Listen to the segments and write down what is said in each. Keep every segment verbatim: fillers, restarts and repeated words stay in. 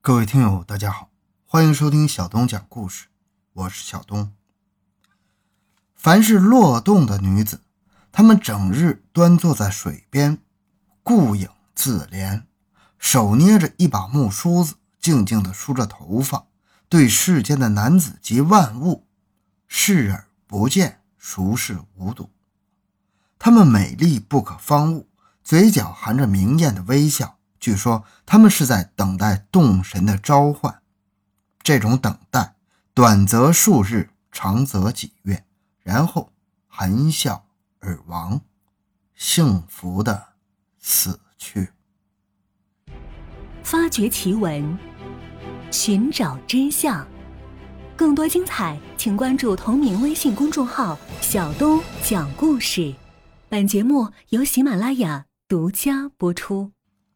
各位听友大家好，欢迎收听小东讲故事，我是小东。凡是落洞的女子，她们整日端坐在水边，顾影自怜，手捏着一把木梳子，静静地梳着头发，对世间的男子及万物视而不见，熟视无睹。她们美丽不可方物，嘴角含着明艳的微笑，据说他们是在等待洞神的召唤。这种等待短则数日，长则几月，然后含笑而亡，幸福的死去。 发掘奇闻，寻找真相，更多精彩请关注同名微信公众号小东讲故事。本节目由喜马拉雅独家播出。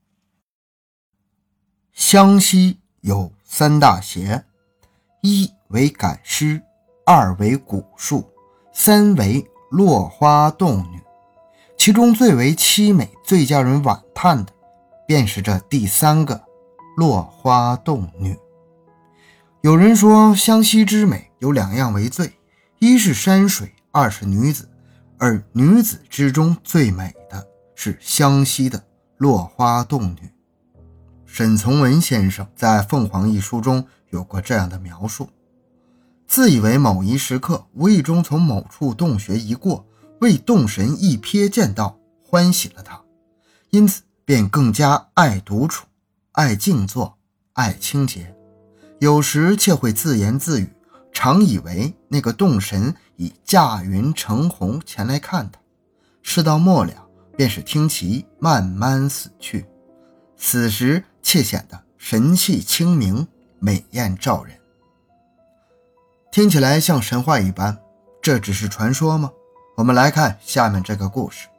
湘西有三大邪，一为赶尸，二为蛊术，三为落花洞女。其中最为凄美、最叫人惋叹的，便是这第三个落花洞女。有人说湘西之美有两样为最，一是山水，二是女子，而女子之中最美的是湘西的落花洞女。沈从文先生在《凤凰》一书中有过这样的描述：自以为某一时刻无意中从某处洞穴一过，为洞神一瞥见到，欢喜了他，因此便更加爱独处，爱静坐，爱清洁，有时却会自言自语，常以为那个洞神已驾云乘鸿前来看他。事到末了，便是听其慢慢死去，死时却显得神气清明，美艳照人。听起来像神话一般，这只是传说吗？我们来看下面这个故事。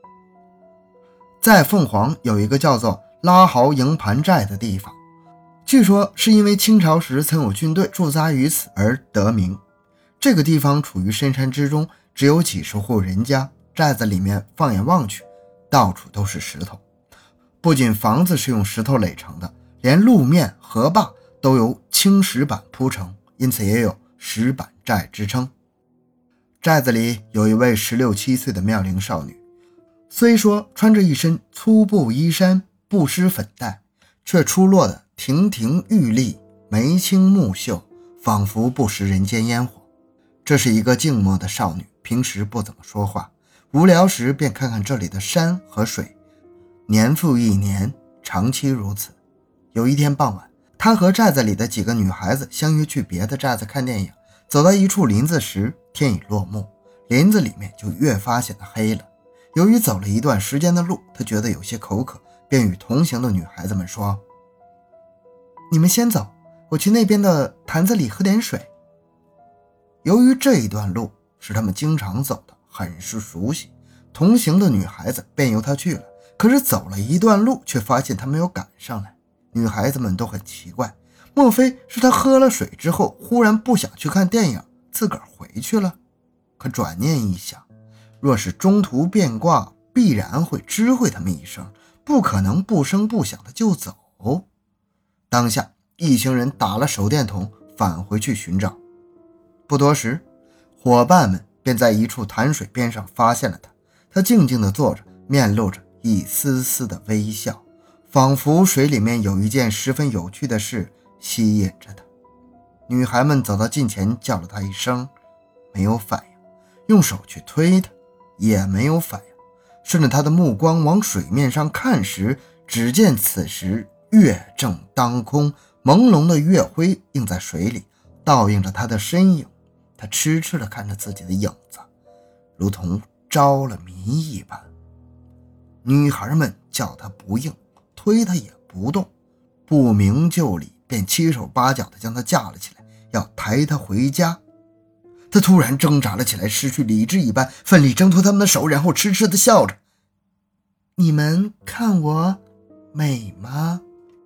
在凤凰有一个叫做拉豪营盘寨的地方，据说是因为清朝时曾有军队驻扎于此而得名。这个地方处于深山之中，只有几十户人家，寨子里面放眼望去，到处都是石头。不仅房子是用石头垒成的，连路面、河坝都由青石板铺成，因此也有石板寨之称。寨子里有一位十六七岁的妙龄少女，虽说穿着一身粗布衣衫，不施粉黛，却出落得亭亭玉立，眉清目秀，仿佛不食人间烟火。这是一个静默的少女，平时不怎么说话，无聊时便看看这里的山和水，年复一年，长期如此。有一天傍晚，她和寨子里的几个女孩子相约去别的寨子看电影。走到一处林子时，天已落幕，林子里面就越发显得黑了。由于走了一段时间的路，她觉得有些口渴，便与同行的女孩子们说：你们先走，我去那边的坛子里喝点水。由于这一段路是他们经常走的，很是熟悉，同行的女孩子便由她去了。可是走了一段路，却发现她没有赶上来。女孩子们都很奇怪，莫非是她喝了水之后忽然不想去看电影，自个儿回去了？可转念一想，若是中途变卦，必然会知会他们一声，不可能不声不响的就走。当下一行人打了手电筒返回去寻找。不多时，伙伴们便在一处潭水边上发现了她。她静静地坐着，面露着一丝丝的微笑，仿佛水里面有一件十分有趣的事吸引着她。女孩们走到近前，叫了她一声，没有反应，用手去推她，也没有反应。顺着她的目光往水面上看时，只见此时月正当空，朦胧的月辉映在水里，倒映着她的身影。她痴痴地看着自己的影子，如同着了迷一般。女孩们叫她不应，推她也不动，不明就里，便七手八脚地将她架了起来，要抬她回家。她突然挣扎了起来，失去理智一般，奋力挣脱他们的手，然后痴痴地笑着：你们看我美吗？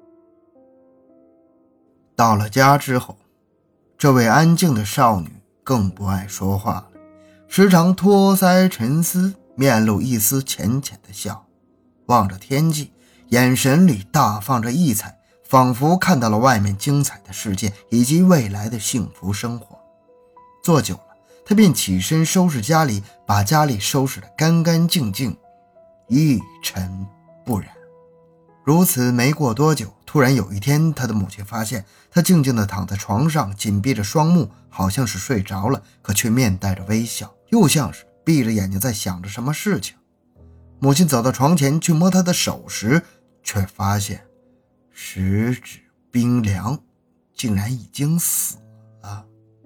到了家之后，这位安静的少女更不爱说话了，时常托腮沉思，面露一丝浅浅的笑，望着天际，眼神里大放着异彩， 仿佛看到了外面精彩的世界以及未来的幸福生活。坐久了，他便起身收拾家里，把家里收拾得干干净净，一尘不染。如此没过多久，突然有一天，他的母亲发现他静静地躺在床上，紧闭着双目，好像是睡着了，可却面带着微笑，又像是闭着眼睛在想着什么事情。母亲走到床前去摸他的手时，却发现十指冰凉，竟然已经死了。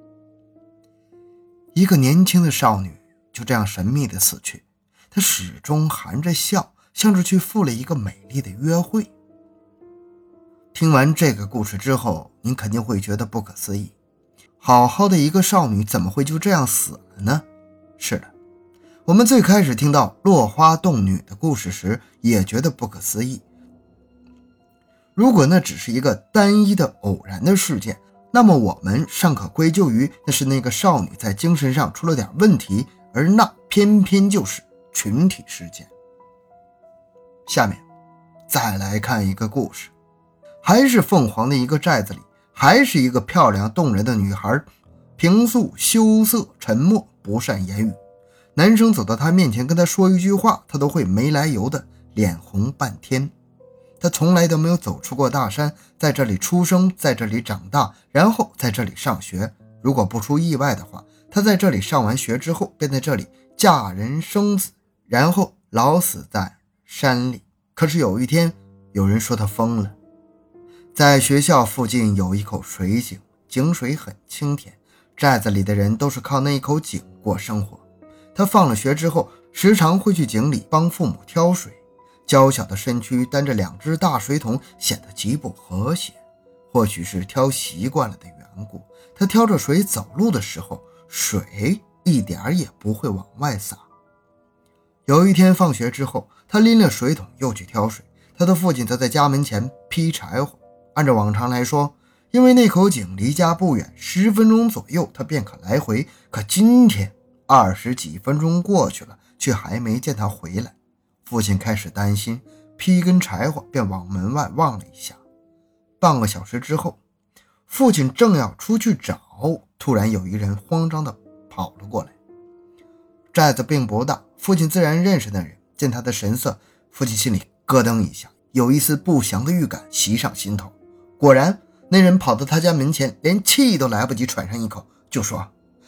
一个年轻的少女就这样神秘地死去，她始终含着笑，像是去赴了一个美丽的约会。听完这个故事之后，您肯定会觉得不可思议，好好的一个少女怎么会就这样死了呢？是的，我们最开始听到落花洞女的故事时也觉得不可思议。如果那只是一个单一的偶然的事件，那么我们尚可归咎于那是那个少女在精神上出了点问题，而那偏偏就是群体事件。下面再来看一个故事，还是凤凰的一个寨子里，还是一个漂亮动人的女孩，平素羞涩沉默，不善言语。男生走到她面前跟她说一句话，她都会没来由的脸红半天。她从来都没有走出过大山，在这里出生，在这里长大，然后在这里上学。如果不出意外的话，她在这里上完学之后便在这里嫁人生子，然后老死在山里。可是有一天，有人说她疯了。在学校附近有一口水井，井水很清甜，寨子里的人都是靠那一口井过生活。她放了学之后，时常会去井里帮父母挑水，娇小的身躯担着两只大水桶，显得极不和谐。或许是挑习惯了的缘故，她挑着水走路的时候，水一点也不会往外洒。有一天放学之后，她拎了水桶又去挑水，她的父亲则在家门前劈柴火。按照往常来说，因为那口井离家不远，十分钟左右他便可来回，可今天二十几分钟过去了，却还没见他回来。父亲开始担心，劈根柴火便往门外望了一下。半个小时之后，父亲正要出去找，突然有一人慌张地跑了过来。寨子并不大，父亲自然认识那人，见他的神色，父亲心里咯噔一下，有一丝不祥的预感袭上心头。果然，那人跑到他家门前，连气都来不及喘上一口，就说：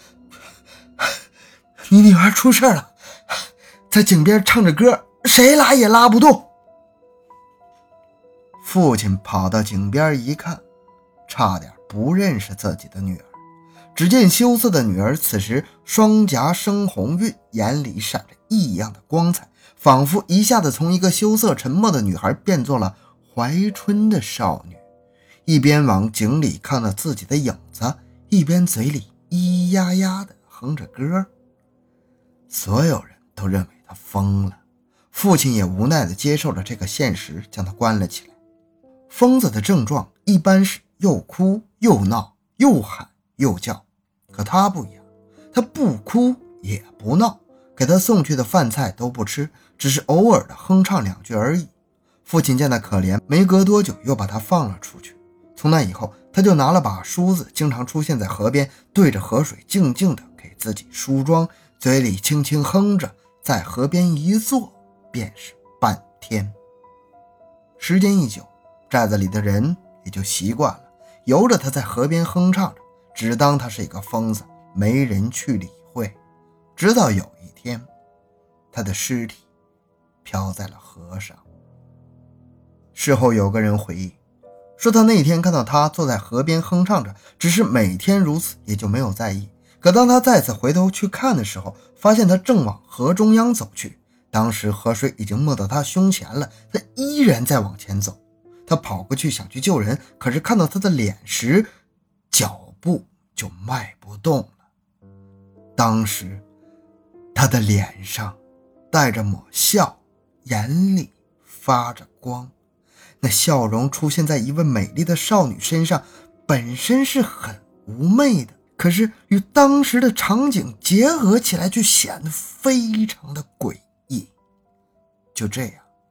你女儿出事了，在井边唱着歌，谁拉也拉不动。父亲跑到井边一看，差点不认识自己的女儿。只见羞涩的女儿此时双颊生红晕，眼里闪着异样的光彩，仿佛一下子从一个羞涩沉默的女孩变作了怀春的少女，一边往井里看到自己的影子，一边嘴里咿咿呀呀地哼着歌。所有人都认为他疯了，父亲也无奈地接受了这个现实，将他关了起来。疯子的症状一般是又哭又闹，又喊又叫，可他不一样，他不哭也不闹，给他送去的饭菜都不吃，只是偶尔的哼唱两句而已。父亲见他可怜，没隔多久又把他放了出去。从那以后，他就拿了把梳子，经常出现在河边，对着河水静静地给自己梳妆，嘴里轻轻哼着，在河边一坐便是半天。时间一久，寨子里的人也就习惯了，由着他在河边哼唱着，只当他是一个疯子，没人去理会。直到有一天，他的尸体飘在了河上。事后有个人回忆说，他那天看到他坐在河边哼唱着，只是每天如此，也就没有在意。可当他再次回头去看的时候，发现他正往河中央走去。当时河水已经没到他胸前了，他依然在往前走。他跑过去想去救人，可是看到他的脸时，脚步就迈不动了。当时他的脸上带着抹笑，眼里发着光。那笑容出现在一位美丽的少女身上，本身是很妩媚的，可是与当时的场景结合起来，却显得非常的诡异。就这样，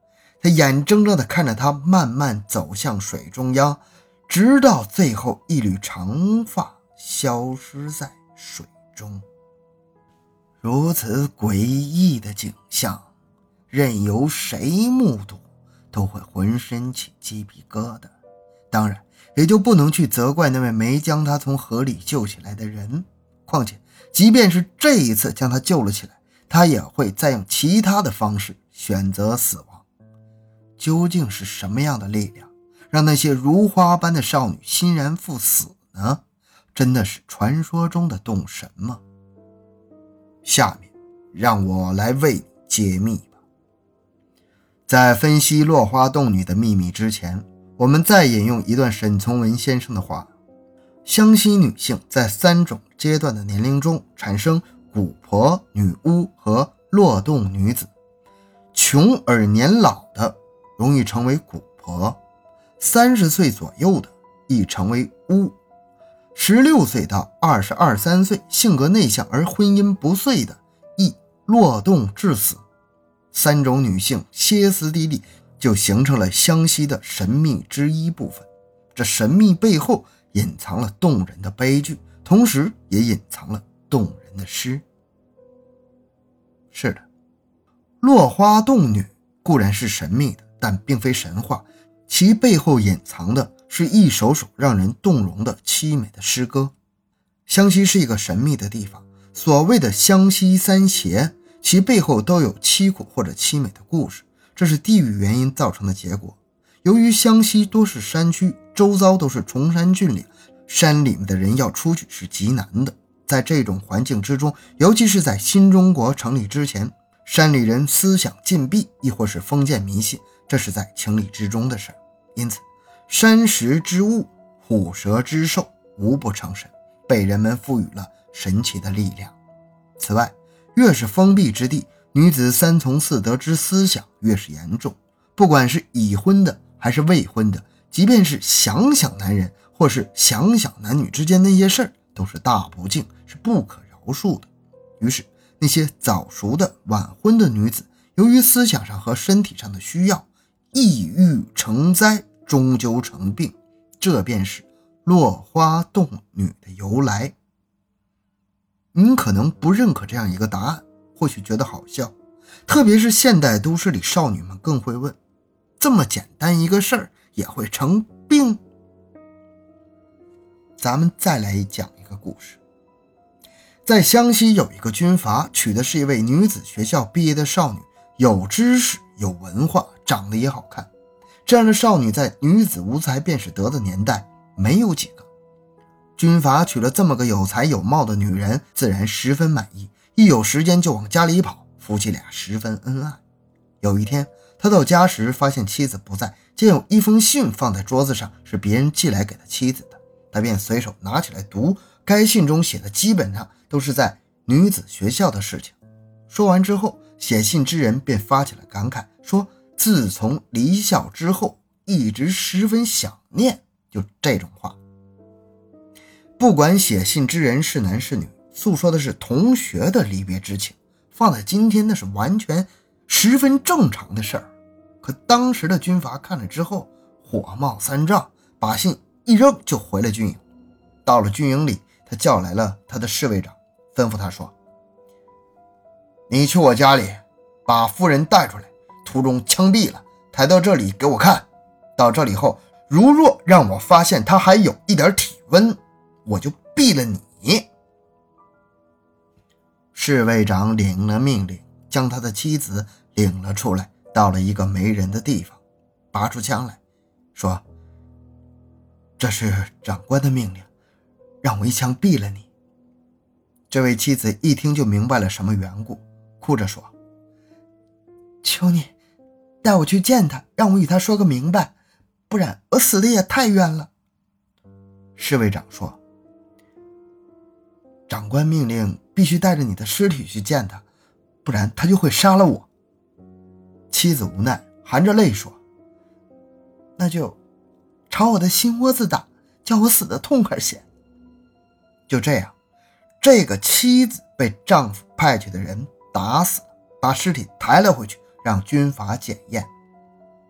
他眼睁睁地看着他慢慢走向水中央，直到最后一缕长发消失在水中。如此诡异的景象，任由谁目睹都会浑身起鸡皮疙瘩，当然也就不能去责怪那位没将他从河里救起来的人。况且即便是这一次将他救了起来，他也会再用其他的方式选择死亡。究竟是什么样的力量让那些如花般的少女欣然赴死呢？真的是传说中的动神吗？下面让我来为你解密吧。在分析落花洞女的秘密之前，我们再引用一段沈从文先生的话：湘西女性在三种阶段的年龄中产生蛊婆、女巫和落洞女子。穷而年老的容易成为蛊婆，三十岁左右的易成为巫，十六岁到二十二三岁性格内向而婚姻不遂的易落洞致死。三种女性歇斯底里，就形成了湘西的神秘之一部分。这神秘背后隐藏了动人的悲剧，同时也隐藏了动人的诗。是的，落花洞女固然是神秘的，但并非神话，其背后隐藏的是一首首让人动容的凄美的诗歌。湘西是一个神秘的地方，所谓的湘西三邪，其背后都有凄苦或者凄美的故事，这是地域原因造成的结果。由于湘西多是山区，周遭都是崇山峻岭，山里面的人要出去是极难的。在这种环境之中，尤其是在新中国成立之前，山里人思想禁闭，亦或是封建迷信，这是在情理之中的事。因此山石之物、虎蛇之兽无不成神，被人们赋予了神奇的力量。此外，越是封闭之地，女子三从四德之思想越是严重，不管是已婚的还是未婚的，即便是想想男人或是想想男女之间那些事儿，都是大不敬，是不可饶恕的。于是那些早熟的晚婚的女子，由于思想上和身体上的需要，抑郁成灾，终究成病，这便是落花洞女的由来。您可能不认可这样一个答案，或许觉得好笑，特别是现代都市里少女们更会问，这么简单一个事儿也会成病？咱们再来讲一个故事。在湘西有一个军阀，娶的是一位女子学校毕业的少女，有知识有文化，长得也好看。这样的少女在女子无才便是德的年代没有几个。军阀娶了这么个有才有貌的女人，自然十分满意，一有时间就往家里跑，夫妻俩十分恩爱。有一天他到家时发现妻子不在，见有一封信放在桌子上，是别人寄来给他妻子的，他便随手拿起来读，该信中写的基本上都是在女子学校的事情。说完之后，写信之人便发起了感慨，说自从离校之后一直十分想念，就这种话。不管写信之人是男是女，诉说的是同学的离别之情，放在今天那是完全十分正常的事儿。可当时的军阀看了之后火冒三丈，把信一扔就回了军营。到了军营里，他叫来了他的侍卫长，吩咐他说，你去我家里把夫人带出来，途中枪毙了，抬到这里给我看。到这里后，如若让我发现她还有一点体温，我就毙了你。侍卫长领了命令，将他的妻子领了出来，到了一个没人的地方，拔出枪来说，这是长官的命令，让我一枪毙了你。这位妻子一听就明白了什么缘故，哭着说，求你带我去见他，让我与他说个明白，不然我死的也太冤了。侍卫长说，长官命令必须带着你的尸体去见他，不然他就会杀了我。妻子无奈，含着泪说，那就朝我的心窝子打，叫我死得痛快些。就这样，这个妻子被丈夫派去的人打死了，把尸体抬了回去，让军阀检验。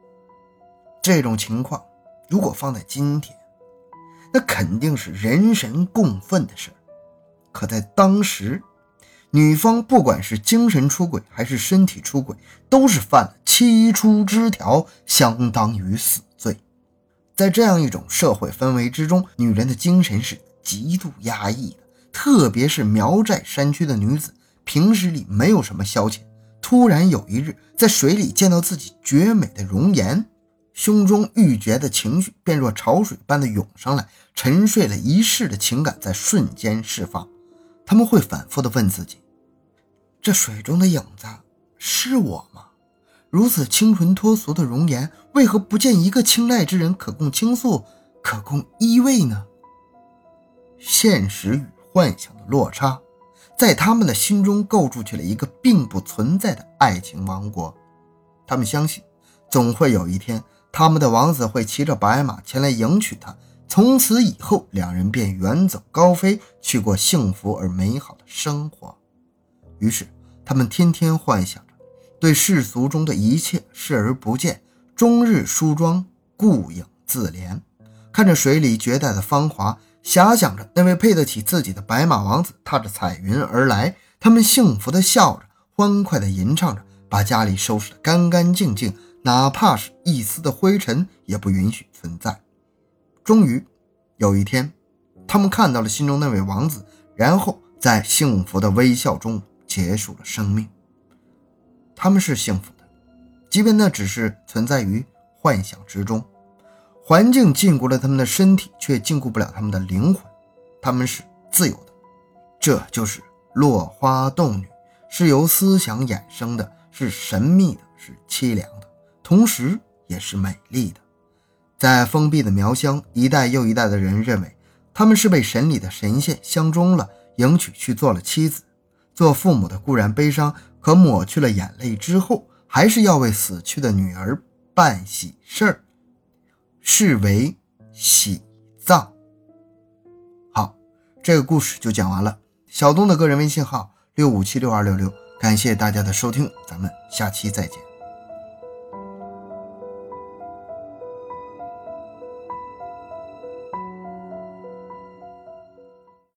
这种情况如果放在今天，那肯定是人神共愤的事。可在当时，女方不管是精神出轨还是身体出轨，都是犯了七出之条，相当于死罪。在这样一种社会氛围之中，女人的精神是极度压抑的，特别是苗寨山区的女子，平时里没有什么消遣，突然有一日在水里见到自己绝美的容颜，胸中郁结的情绪便若潮水般的涌上来，沉睡了一世的情感在瞬间释放。他们会反复地问自己，这水中的影子是我吗？如此清纯脱俗的容颜，为何不见一个青睐之人可供倾诉，可供依偎呢？现实与幻想的落差，在他们的心中构筑起了一个并不存在的爱情王国。他们相信，总会有一天，他们的王子会骑着白马前来迎娶她，从此以后，两人便远走高飞，去过幸福而美好的生活。于是，他们天天幻想着，对世俗中的一切视而不见，终日梳妆，顾影自怜，看着水里绝代的芳华，遐想着那位配得起自己的白马王子踏着彩云而来。他们幸福地笑着，欢快地吟唱着，把家里收拾得干干净净，哪怕是一丝的灰尘也不允许存在。终于有一天，他们看到了心中那位王子，然后在幸福的微笑中结束了生命。他们是幸福的，即便那只是存在于幻想之中。环境禁锢了他们的身体，却禁锢不了他们的灵魂。他们是自由的。这就是落花洞女，是由思想衍生的，是神秘的，是凄凉的，同时也是美丽的。在封闭的苗乡，一代又一代的人认为他们是被神里的神仙相中了，迎娶去做了妻子。做父母的固然悲伤，可抹去了眼泪之后，还是要为死去的女儿办喜事儿，视为喜葬。好，这个故事就讲完了。小东的个人微信号六五七六二六六，感谢大家的收听，咱们下期再见。